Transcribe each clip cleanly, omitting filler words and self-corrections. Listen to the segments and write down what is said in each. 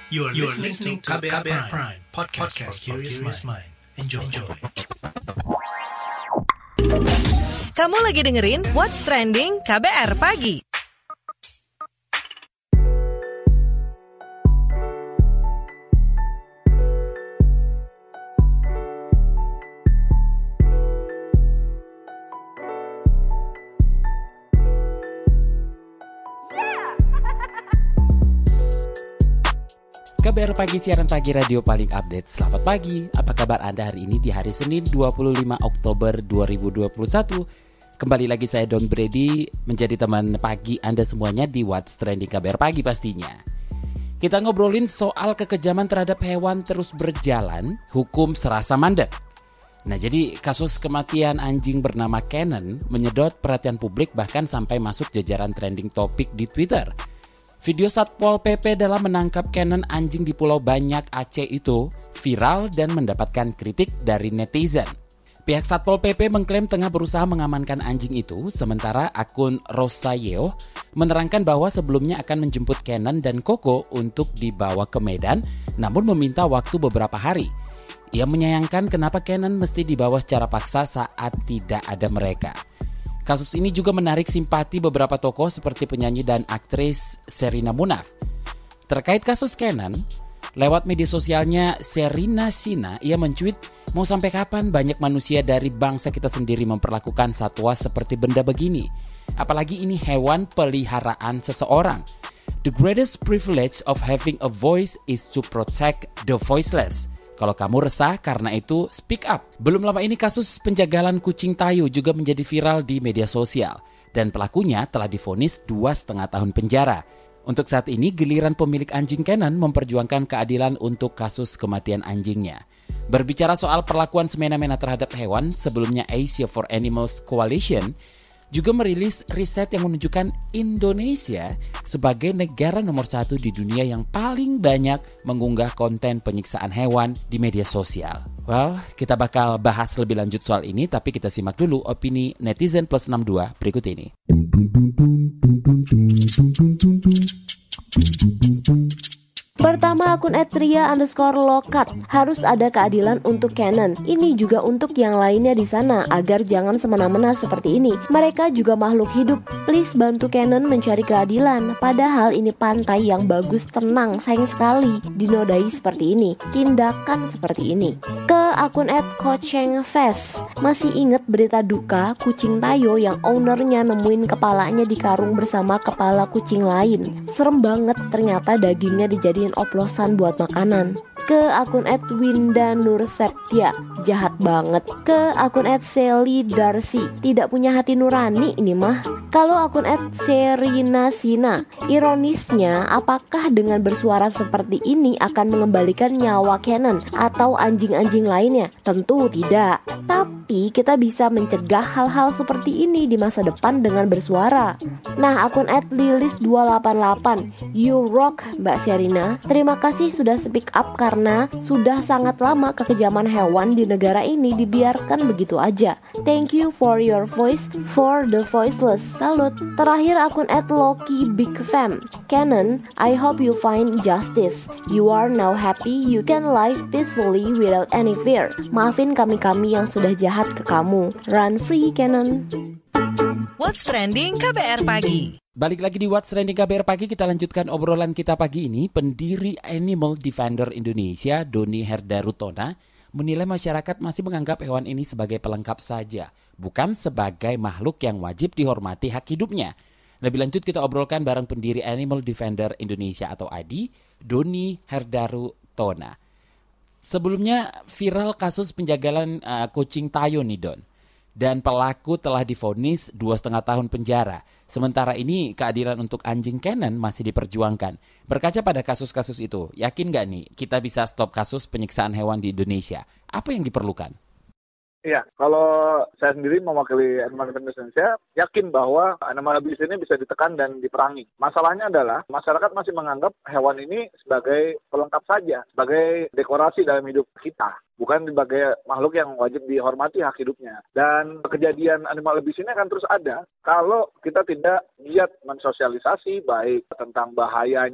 You are listening to KBR Prime, podcast for curious mind. Enjoy. Kamu lagi dengerin What's Trending KBR Pagi. KBR Pagi, siaran pagi radio paling update. Selamat pagi, apa kabar Anda hari ini di hari Senin 25 Oktober 2021? Kembali lagi saya Don Brady menjadi teman pagi Anda semuanya di What's Trending KBR Pagi pastinya. Kita ngobrolin soal kekejaman terhadap hewan terus berjalan, hukum serasa mandek. Nah, jadi kasus kematian anjing bernama Cannon menyedot perhatian publik bahkan sampai masuk jajaran trending topik di Twitter. Video Satpol PP dalam menangkap Cannon anjing di Pulau Banyak, Aceh itu viral dan mendapatkan kritik dari netizen. Pihak Satpol PP mengklaim tengah berusaha mengamankan anjing itu, sementara akun Rosayeo menerangkan bahwa sebelumnya akan menjemput Cannon dan Koko untuk dibawa ke Medan, namun meminta waktu beberapa hari. Ia menyayangkan kenapa Cannon mesti dibawa secara paksa saat tidak ada mereka. Kasus ini juga menarik simpati beberapa tokoh seperti penyanyi dan aktris Sherina Munaf. Terkait kasus Cannon, lewat media sosialnya Sherina Sina, ia mencuit, mau sampai kapan banyak manusia dari bangsa kita sendiri memperlakukan satwa seperti benda begini? Apalagi ini hewan peliharaan seseorang. The greatest privilege of having a voice is to protect the voiceless. Kalau kamu resah karena itu, speak up. Belum lama ini kasus penjagalan kucing Tayo juga menjadi viral di media sosial. Dan pelakunya telah divonis 2,5 tahun penjara. Untuk saat ini, giliran pemilik anjing Cannon memperjuangkan keadilan untuk kasus kematian anjingnya. Berbicara soal perlakuan semena-mena terhadap hewan, sebelumnya Asia for Animals Coalition juga merilis riset yang menunjukkan Indonesia sebagai negara nomor 1 di dunia yang paling banyak mengunggah konten penyiksaan hewan di media sosial. Well, kita bakal bahas lebih lanjut soal ini, tapi kita simak dulu opini netizen plus 62 berikut ini. Pertama, akun @ria_lokat, harus ada keadilan untuk Cannon. Ini juga untuk yang lainnya di sana, agar jangan semena-mena seperti ini. Mereka juga makhluk hidup. Please bantu Cannon mencari keadilan. Padahal ini pantai yang bagus, tenang, sayang sekali dinodai seperti ini. Tindakan seperti ini. Ke akun @kocengfest, masih inget berita duka kucing Tayo yang ownernya nemuin kepalanya di karung bersama kepala kucing lain. Serem banget, ternyata dagingnya dijadiin oplosan buat makanan. Ke akun @winda nurseptia, jahat banget. Ke akun @sally darcy, tidak punya hati nurani ini mah. Kalau akun @serina sina, ironisnya apakah dengan bersuara seperti ini akan mengembalikan nyawa Cannon atau anjing-anjing lainnya? Tentu tidak. Tapi kita bisa mencegah hal-hal seperti ini di masa depan dengan bersuara. Nah, akun @lilis288, you rock Mbak Sherina. Terima kasih sudah speak up karena sudah sangat lama kekejaman hewan di negara ini dibiarkan begitu aja. Thank you for your voice for the voiceless. Salut. Terakhir akun @LokiBigFam, Cannon, I hope you find justice. You are now happy, you can live peacefully without any fear. Maafin kami-kami yang sudah jahat ke kamu. Run free, Cannon. What's Trending KBR Pagi. Balik lagi di What's Trending KBR Pagi, kita lanjutkan obrolan kita pagi ini. Pendiri Animal Defender Indonesia, Doni Herdarutona, menilai masyarakat masih menganggap hewan ini sebagai pelengkap saja, bukan sebagai makhluk yang wajib dihormati hak hidupnya. Lebih lanjut kita obrolkan bareng pendiri Animal Defender Indonesia atau ADI, Doni Herdarutona. Sebelumnya viral kasus penjagalan kucing Tayo nih Don. Dan pelaku telah divonis 2,5 tahun penjara. Sementara ini keadilan untuk anjing Cannon masih diperjuangkan. Berkaca pada kasus-kasus itu, yakin nggak nih kita bisa stop kasus penyiksaan hewan di Indonesia? Apa yang diperlukan? Iya, kalau saya sendiri mewakili Animal Defender Indonesia, yakin bahwa animal abuse ini bisa ditekan dan diperangi. Masalahnya adalah masyarakat masih menganggap hewan ini sebagai pelengkap saja, sebagai dekorasi dalam hidup kita, bukan sebagai makhluk yang wajib dihormati hak hidupnya. Dan kejadian animal abuse ini akan terus ada kalau kita tidak giat mensosialisasi baik tentang bahayanya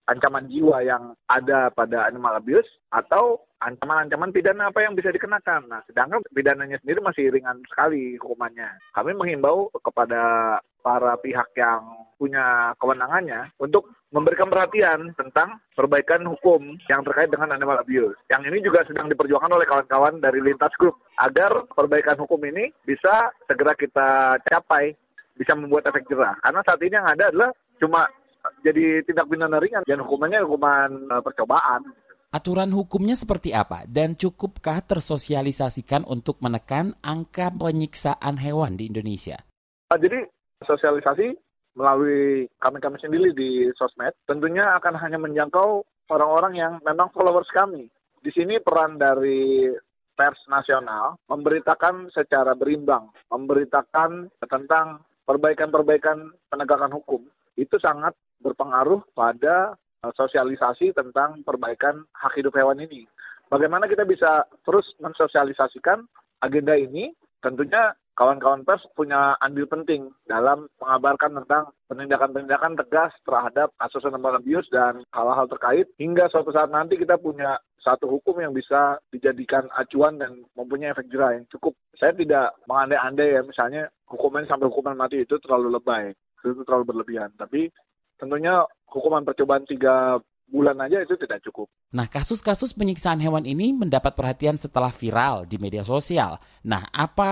ancaman jiwa yang ada pada animal abuse atau ancaman-ancaman pidana apa yang bisa dikenakan. Nah, sedangkan pidananya sendiri masih ringan sekali hukumannya. Kami menghimbau kepada para pihak yang punya kewenangannya untuk memberikan perhatian tentang perbaikan hukum yang terkait dengan animal abuse. Yang ini juga sedang diperjuangkan oleh kawan-kawan dari lintas grup agar perbaikan hukum ini bisa segera kita capai, bisa membuat efek jerah. Karena saat ini yang ada adalah cuma jadi tindak pidana ringan dan hukumannya hukuman percobaan. Aturan hukumnya seperti apa dan cukupkah tersosialisasikan untuk menekan angka penyiksaan hewan di Indonesia? Jadi sosialisasi melalui kami sendiri di sosmed tentunya akan hanya menjangkau orang-orang yang memang followers kami. Di sini peran dari pers nasional memberitakan secara berimbang, memberitakan tentang perbaikan-perbaikan penegakan hukum. Itu sangat berpengaruh pada sosialisasi tentang perbaikan hak hidup hewan ini. Bagaimana kita bisa terus mensosialisasikan agenda ini? Tentunya kawan-kawan pers punya andil penting dalam mengabarkan tentang penindakan-penindakan tegas terhadap kasus animal abuse dan hal-hal terkait, hingga suatu saat nanti kita punya satu hukum yang bisa dijadikan acuan dan mempunyai efek jerah yang cukup. Saya tidak mengandai-andai ya, misalnya hukuman sampai hukuman mati itu terlalu lebay, itu terlalu berlebihan. Tapi tentunya hukuman percobaan 3 bulan aja itu tidak cukup. Nah, kasus-kasus penyiksaan hewan ini mendapat perhatian setelah viral di media sosial. Nah, apa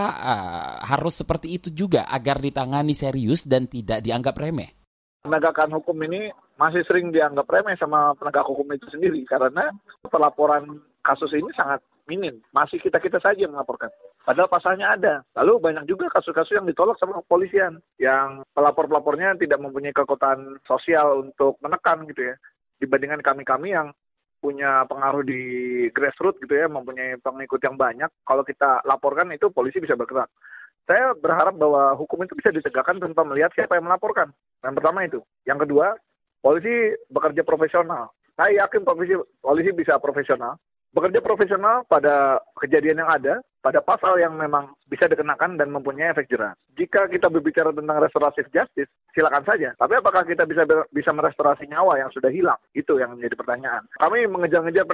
harus seperti itu juga agar ditangani serius dan tidak dianggap remeh? Penegakan hukum ini masih sering dianggap remeh sama penegak hukum itu sendiri karena pelaporan kasus ini sangat minim. Masih kita-kita saja yang melaporkan. Padahal pasalnya ada. Lalu banyak juga kasus-kasus yang ditolak sama kepolisian, yang pelapor-pelapornya tidak mempunyai kekuatan sosial untuk menekan gitu ya. Dibandingkan kami-kami yang punya pengaruh di grassroots gitu ya, mempunyai pengikut yang banyak, kalau kita laporkan itu polisi bisa bergerak. Saya berharap bahwa hukum itu bisa ditegakkan tanpa melihat siapa yang melaporkan. Yang pertama itu. Yang kedua, polisi bekerja profesional. Saya yakin polisi bisa profesional. Bekerja profesional pada kejadian yang ada, pada pasal yang memang bisa dikenakan dan mempunyai efek jerah. Jika kita berbicara tentang restoratif justice, silakan saja. Tapi apakah kita bisa merestorasi nyawa yang sudah hilang? Itu yang menjadi pertanyaan. Kami mengejar-ngejar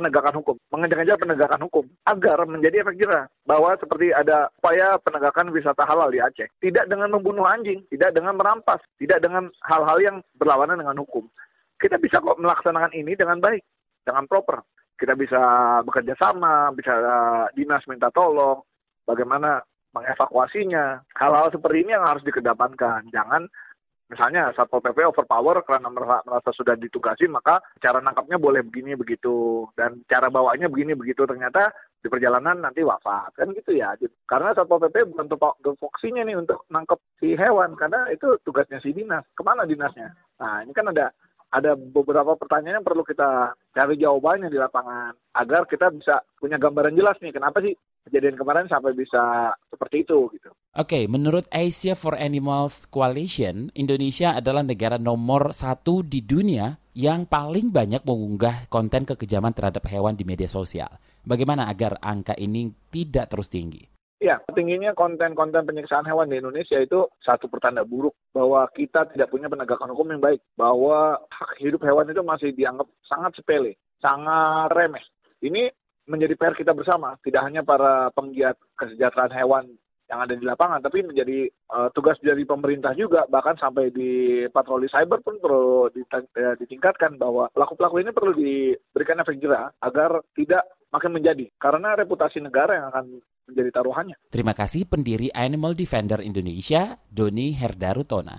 penegakan hukum agar menjadi efek jerah. Bahwa seperti ada upaya penegakan wisata halal di Aceh. Tidak dengan membunuh anjing, tidak dengan merampas, tidak dengan hal-hal yang berlawanan dengan hukum. Kita bisa kok melaksanakan ini dengan baik, dengan proper. Kita bisa bekerja sama, bisa dinas minta tolong, bagaimana mengevakuasinya. Hal-hal seperti ini yang harus dikedepankan. Jangan misalnya Satpol PP overpower karena merasa sudah ditugasi, maka cara nangkapnya boleh begini begitu dan cara bawanya begini begitu, ternyata di perjalanan nanti wafat kan gitu ya. Karena Satpol PP bukan tupoksinya nih untuk nangkep si hewan, karena itu tugasnya si dinas. Kemana dinasnya? Nah, ini kan ada beberapa pertanyaan yang perlu kita cari jawabannya di lapangan agar kita bisa punya gambaran jelas nih kenapa sih kejadian kemarin sampai bisa seperti itu gitu. Oke, menurut Asia for Animals Coalition, Indonesia adalah negara nomor 1 di dunia yang paling banyak mengunggah konten kekejaman terhadap hewan di media sosial. Bagaimana agar angka ini tidak terus tinggi? Ya, tingginya konten-konten penyiksaan hewan di Indonesia itu satu pertanda buruk bahwa kita tidak punya penegakan hukum yang baik, bahwa hak hidup hewan itu masih dianggap sangat sepele, sangat remeh. Ini menjadi PR kita bersama, tidak hanya para penggiat kesejahteraan hewan yang ada di lapangan, tapi menjadi tugas dari pemerintah juga, bahkan sampai di patroli cyber pun perlu ditingkatkan bahwa pelaku-pelaku ini perlu diberikan efek jerah agar tidak makin menjadi, karena reputasi negara yang akan menjadi taruhannya. Terima kasih pendiri Animal Defender Indonesia, Doni Herdarutona.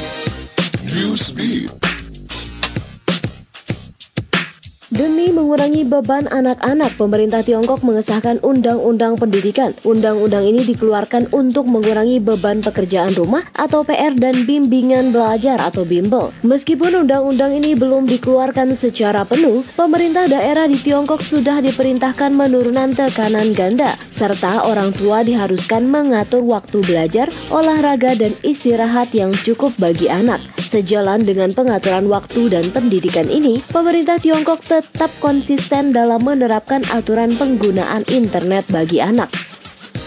Demi mengurangi beban anak-anak, pemerintah Tiongkok mengesahkan Undang-Undang Pendidikan. Undang-undang ini dikeluarkan untuk mengurangi beban pekerjaan rumah atau PR dan bimbingan belajar atau bimbel. Meskipun undang-undang ini belum dikeluarkan secara penuh, pemerintah daerah di Tiongkok sudah diperintahkan menurunan tekanan ganda, serta orang tua diharuskan mengatur waktu belajar, olahraga, dan istirahat yang cukup bagi anak. Sejalan dengan pengaturan waktu dan pendidikan ini, pemerintah Tiongkok tetap konsisten dalam menerapkan aturan penggunaan internet bagi anak.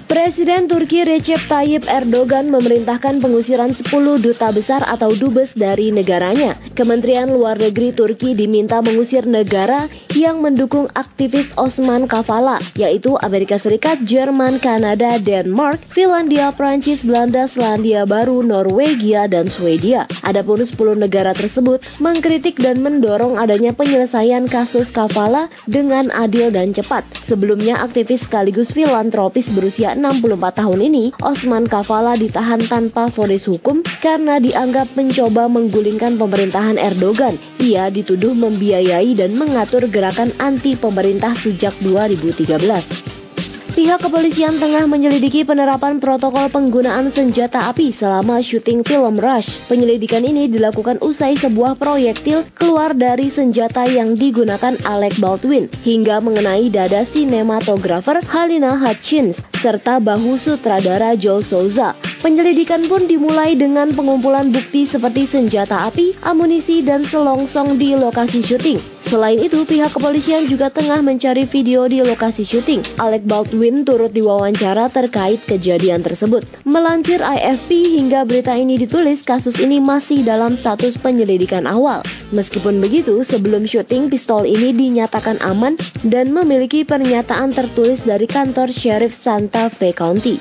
Presiden Turki Recep Tayyip Erdogan memerintahkan pengusiran 10 duta besar atau dubes dari negaranya. Kementerian Luar Negeri Turki diminta mengusir negara yang mendukung aktivis Osman Kavala, yaitu Amerika Serikat, Jerman, Kanada, Denmark, Finlandia, Prancis, Belanda, Selandia Baru, Norwegia, dan Swedia. Adapun 10 negara tersebut mengkritik dan mendorong adanya penyelesaian kasus Kavala dengan adil dan cepat. Sebelumnya, aktivis sekaligus filantropis berusia 64 tahun ini, Osman Kavala ditahan tanpa vonis hukum karena dianggap mencoba menggulingkan pemerintahan Erdogan. Ia dituduh membiayai dan mengatur gerakan anti pemerintah sejak 2013. Pihak kepolisian tengah menyelidiki penerapan protokol penggunaan senjata api selama syuting film Rush. Penyelidikan ini dilakukan usai sebuah proyektil keluar dari senjata yang digunakan Alec Baldwin hingga mengenai dada sinematografer Halina Hutchins serta bahu sutradara Joel Souza. Penyelidikan pun dimulai dengan pengumpulan bukti seperti senjata api, amunisi, dan selongsong di lokasi syuting. Selain itu, pihak kepolisian juga tengah mencari video di lokasi syuting. Alec Baldwin turut diwawancara terkait kejadian tersebut. Melansir AFP, hingga berita ini ditulis, kasus ini masih dalam status penyelidikan awal. Meskipun begitu, sebelum syuting, pistol ini dinyatakan aman dan memiliki pernyataan tertulis dari kantor Sheriff Santa Fe County.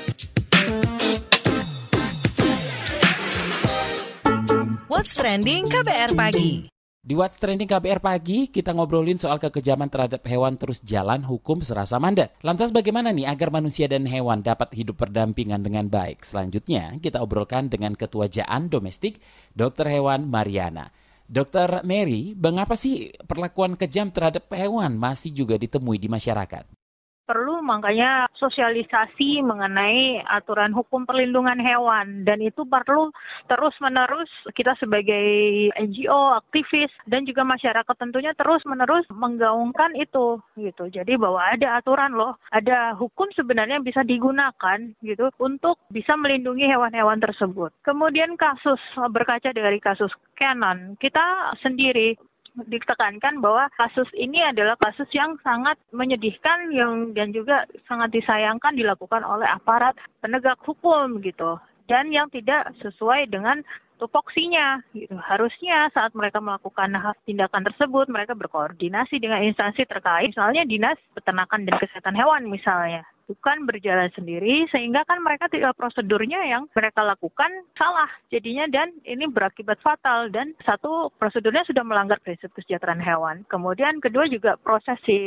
What's Trending KBR Pagi. Di What's Trending KBR Pagi, kita ngobrolin soal kekejaman terhadap hewan terus jalan hukum serasa mandat. Lantas bagaimana nih agar manusia dan hewan dapat hidup berdampingan dengan baik? Selanjutnya, kita obrolkan dengan Ketua Jaan Domestik, Dr. Hewan Mariana. Dr. Mary, mengapa sih perlakuan kejam terhadap hewan masih juga ditemui di masyarakat? Perlu makanya sosialisasi mengenai aturan hukum perlindungan hewan, dan itu perlu terus-menerus kita sebagai NGO, aktivis, dan juga masyarakat tentunya terus-menerus menggaungkan itu gitu. Jadi bahwa ada aturan loh, ada hukum sebenarnya bisa digunakan gitu untuk bisa melindungi hewan-hewan tersebut. Kemudian berkaca dari kasus Canon, kita sendiri ditekankan bahwa kasus ini adalah kasus yang sangat menyedihkan dan juga sangat disayangkan dilakukan oleh aparat penegak hukum gitu, dan yang tidak sesuai dengan tupoksinya gitu. Harusnya saat mereka melakukan tindakan tersebut mereka berkoordinasi dengan instansi terkait, misalnya Dinas Peternakan dan Kesehatan Hewan misalnya. Bukan berjalan sendiri, sehingga kan mereka tidak prosedurnya yang mereka lakukan salah jadinya, dan ini berakibat fatal. Dan satu, prosedurnya sudah melanggar prinsip kesejahteraan hewan. Kemudian kedua juga proses si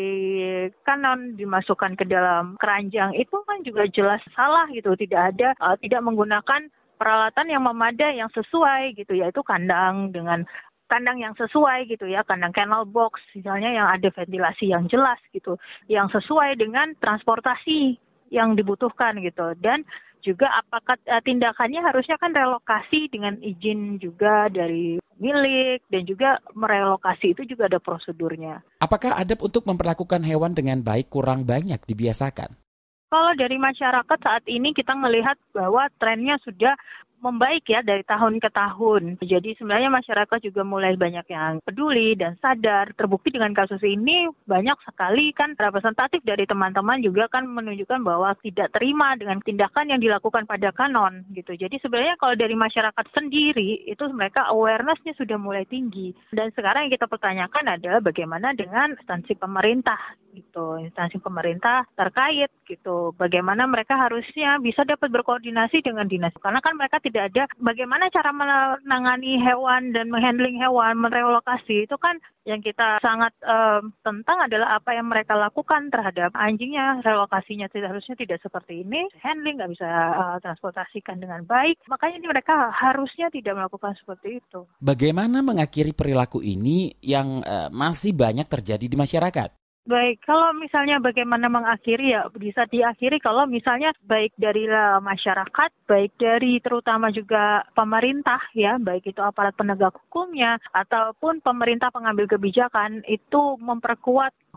Canon dimasukkan ke dalam keranjang itu kan juga jelas salah gitu, tidak menggunakan peralatan yang memadai yang sesuai gitu, yaitu kandang yang sesuai gitu ya, kandang kennel box misalnya yang ada ventilasi yang jelas gitu, yang sesuai dengan transportasi yang dibutuhkan gitu. Dan juga apakah tindakannya harusnya kan relokasi dengan izin juga dari milik, dan juga merelokasi itu juga ada prosedurnya. Apakah adab untuk memperlakukan hewan dengan baik kurang banyak dibiasakan? Kalau dari masyarakat saat ini kita melihat bahwa trennya sudah membaik ya dari tahun ke tahun. Jadi sebenarnya masyarakat juga mulai banyak yang peduli dan sadar. Terbukti dengan kasus ini banyak sekali kan representatif dari teman-teman juga kan menunjukkan bahwa tidak terima dengan tindakan yang dilakukan pada Canon gitu. Jadi sebenarnya kalau dari masyarakat sendiri itu mereka awareness-nya sudah mulai tinggi. Dan sekarang yang kita pertanyakan adalah bagaimana dengan instansi pemerintah gitu, instansi pemerintah terkait gitu. Bagaimana mereka harusnya bisa dapat berkoordinasi dengan dinas. Karena kan mereka tidak ada bagaimana cara menangani hewan dan menghandling hewan, merelokasi. Itu kan yang kita sangat tentang adalah apa yang mereka lakukan terhadap anjingnya. Relokasinya harusnya tidak seperti ini. Handling nggak bisa transportasikan dengan baik. Makanya mereka harusnya tidak melakukan seperti itu. Bagaimana mengakhiri perilaku ini yang masih banyak terjadi di masyarakat? Baik, kalau misalnya bagaimana mengakhiri ya bisa diakhiri kalau misalnya baik dari masyarakat, baik dari terutama juga pemerintah ya, baik itu aparat penegak hukumnya ataupun pemerintah pengambil kebijakan itu memperkuat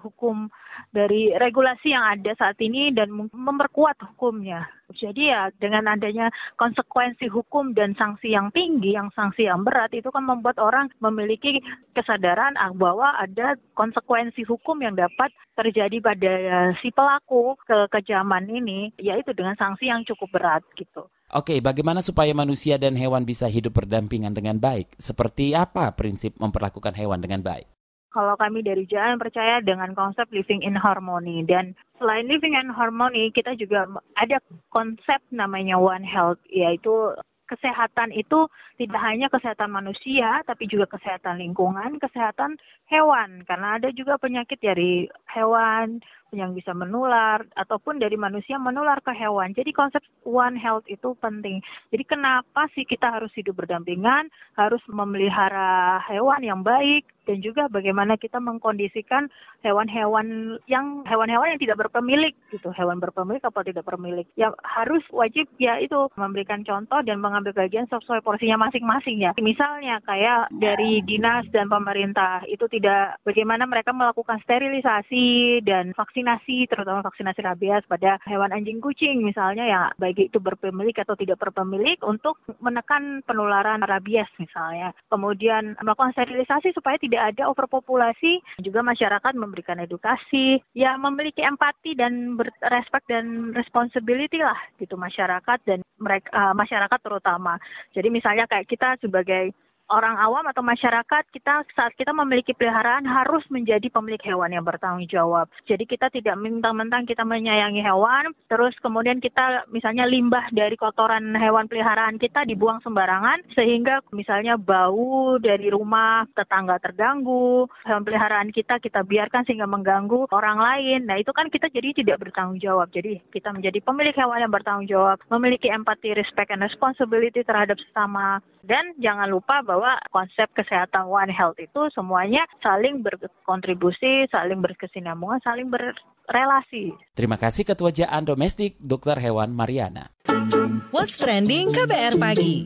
hukum dari regulasi yang ada saat ini dan memperkuat hukumnya. Jadi ya dengan adanya konsekuensi hukum dan sanksi yang tinggi, sanksi yang berat, itu kan membuat orang memiliki kesadaran bahwa ada konsekuensi hukum yang dapat terjadi pada si pelaku kekejaman ini, yaitu dengan sanksi yang cukup berat gitu. Oke, bagaimana supaya manusia dan hewan bisa hidup berdampingan dengan baik? Seperti apa prinsip memperlakukan hewan dengan baik? Kalau kami dari JAN percaya dengan konsep living in harmony, dan selain living in harmony, kita juga ada konsep namanya One Health, yaitu kesehatan itu tidak hanya kesehatan manusia, tapi juga kesehatan lingkungan, kesehatan hewan. Karena ada juga penyakit dari hewan yang bisa menular, ataupun dari manusia menular ke hewan. Jadi konsep One Health itu penting. Jadi kenapa sih kita harus hidup berdampingan, harus memelihara hewan yang baik, dan juga bagaimana kita mengkondisikan hewan-hewan yang tidak berpemilik gitu, hewan berpemilik atau tidak berpemilik. Ya harus wajib ya itu memberikan contoh dan mengambil bagian sesuai porsinya masing-masing ya. Misalnya kayak dari dinas dan pemerintah itu tidak, bagaimana mereka melakukan sterilisasi dan vaksinasi, terutama vaksinasi rabies pada hewan anjing kucing misalnya ya, baik itu berpemilik atau tidak berpemilik, untuk menekan penularan rabies misalnya. Kemudian melakukan sterilisasi supaya tidak ada overpopulasi, juga masyarakat memberikan edukasi, ya memiliki empati dan respect dan responsibility lah gitu masyarakat dan mereka masyarakat terutama. Jadi misalnya kayak kita sebagai orang awam atau masyarakat, kita saat kita memiliki peliharaan harus menjadi pemilik hewan yang bertanggung jawab. Jadi kita tidak mentang-mentang kita menyayangi hewan, terus kemudian kita misalnya limbah dari kotoran hewan peliharaan kita dibuang sembarangan, sehingga misalnya bau dari rumah tetangga terganggu, hewan peliharaan kita biarkan sehingga mengganggu orang lain. Nah itu kan kita jadi tidak bertanggung jawab. Jadi kita menjadi pemilik hewan yang bertanggung jawab, memiliki empati, respect, and responsibility terhadap sesama. Dan jangan lupa bahwa konsep kesehatan One Health itu semuanya saling berkontribusi, saling berkesinambungan, saling berrelasi. Terima kasih Ketua JAN Domestik Dr. Hewan Mariana. What's Trending KBR Pagi.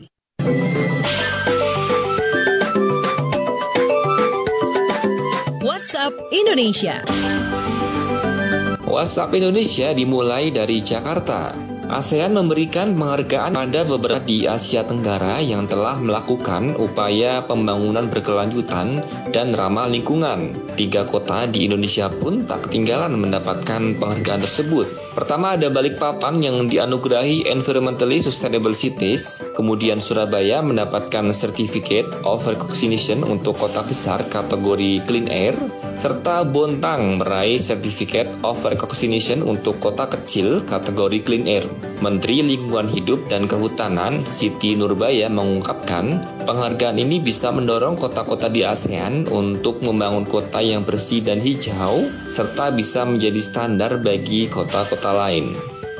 WhatsApp Indonesia. WhatsApp Indonesia dimulai dari Jakarta. ASEAN memberikan penghargaan pada beberapa di Asia Tenggara yang telah melakukan upaya pembangunan berkelanjutan dan ramah lingkungan. 3 kota di Indonesia pun tak ketinggalan mendapatkan penghargaan tersebut. Pertama ada Balikpapan yang dianugerahi Environmentally Sustainable Cities, kemudian Surabaya mendapatkan Certificate of Recognition untuk kota besar kategori Clean Air, serta Bontang meraih Certificate of Recognition untuk kota kecil kategori Clean Air. Menteri Lingkungan Hidup dan Kehutanan Siti Nurbaya mengungkapkan penghargaan ini bisa mendorong kota-kota di ASEAN untuk membangun kota yang bersih dan hijau, serta bisa menjadi standar bagi kota-kota lain.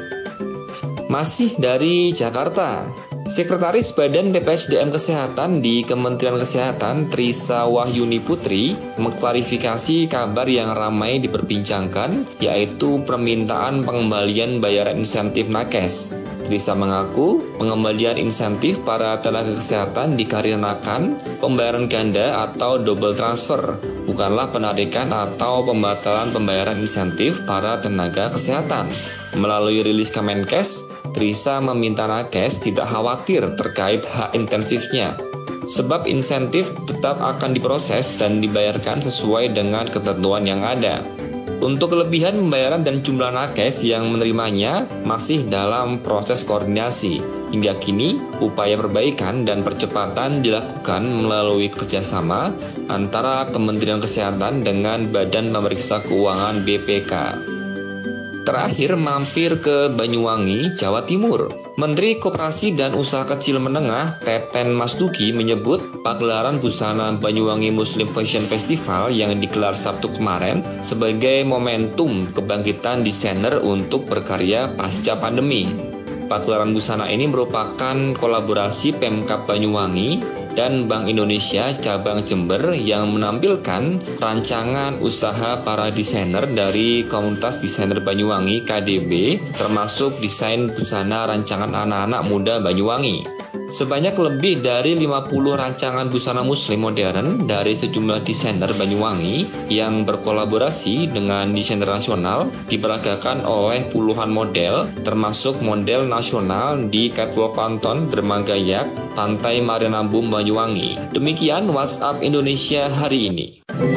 Masih dari Jakarta, Sekretaris Badan BPSDM Kesehatan di Kementerian Kesehatan Trisa Wahyuni Putri mengklarifikasi kabar yang ramai diperbincangkan, yaitu permintaan pengembalian bayaran insentif nakes. Trisa mengaku pengembalian insentif para tenaga kesehatan dikarenakan pembayaran ganda atau double transfer, bukanlah penarikan atau pembatalan pembayaran insentif para tenaga kesehatan. Melalui rilis Kemenkes, Trisa meminta nakes tidak khawatir terkait hak intensifnya, sebab insentif tetap akan diproses dan dibayarkan sesuai dengan ketentuan yang ada. Untuk kelebihan pembayaran dan jumlah nakes yang menerimanya masih dalam proses koordinasi. Hingga kini, upaya perbaikan dan percepatan dilakukan melalui kerjasama antara Kementerian Kesehatan dengan Badan Pemeriksa Keuangan BPK. Terakhir mampir ke Banyuwangi, Jawa Timur. Menteri Koperasi dan Usaha Kecil Menengah Teten Masduki menyebut pagelaran busana Banyuwangi Muslim Fashion Festival yang digelar Sabtu kemarin sebagai momentum kebangkitan desainer untuk berkarya pasca pandemi. Pagelaran busana ini merupakan kolaborasi Pemkab Banyuwangi dan Bank Indonesia Cabang Jember yang menampilkan rancangan usaha para desainer dari Komunitas Desainer Banyuwangi KDB, termasuk desain busana rancangan anak-anak muda Banyuwangi. Sebanyak lebih dari 50 rancangan busana muslim modern dari sejumlah desainer Banyuwangi yang berkolaborasi dengan desainer nasional diperagakan oleh puluhan model, termasuk model nasional di Catwalk Panton Dermagayak, Pantai Marinambum Banyuwangi. Demikian WhatsApp Indonesia hari ini.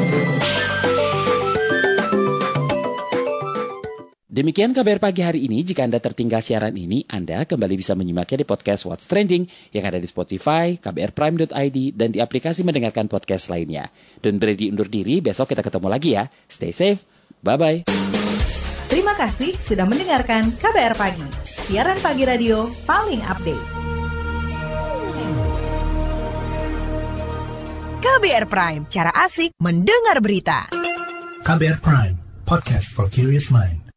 Demikian KBR Pagi hari ini. Jika Anda tertinggal siaran ini, Anda kembali bisa menyimaknya di podcast What's Trending yang ada di Spotify, kbrprime.id, dan di aplikasi mendengarkan podcast lainnya. Don Brady undur diri, besok kita ketemu lagi ya. Stay safe, bye-bye. Terima kasih sudah mendengarkan KBR Pagi, siaran pagi radio paling update. KBR Prime, cara asik mendengar berita. KBR Prime, podcast for curious mind.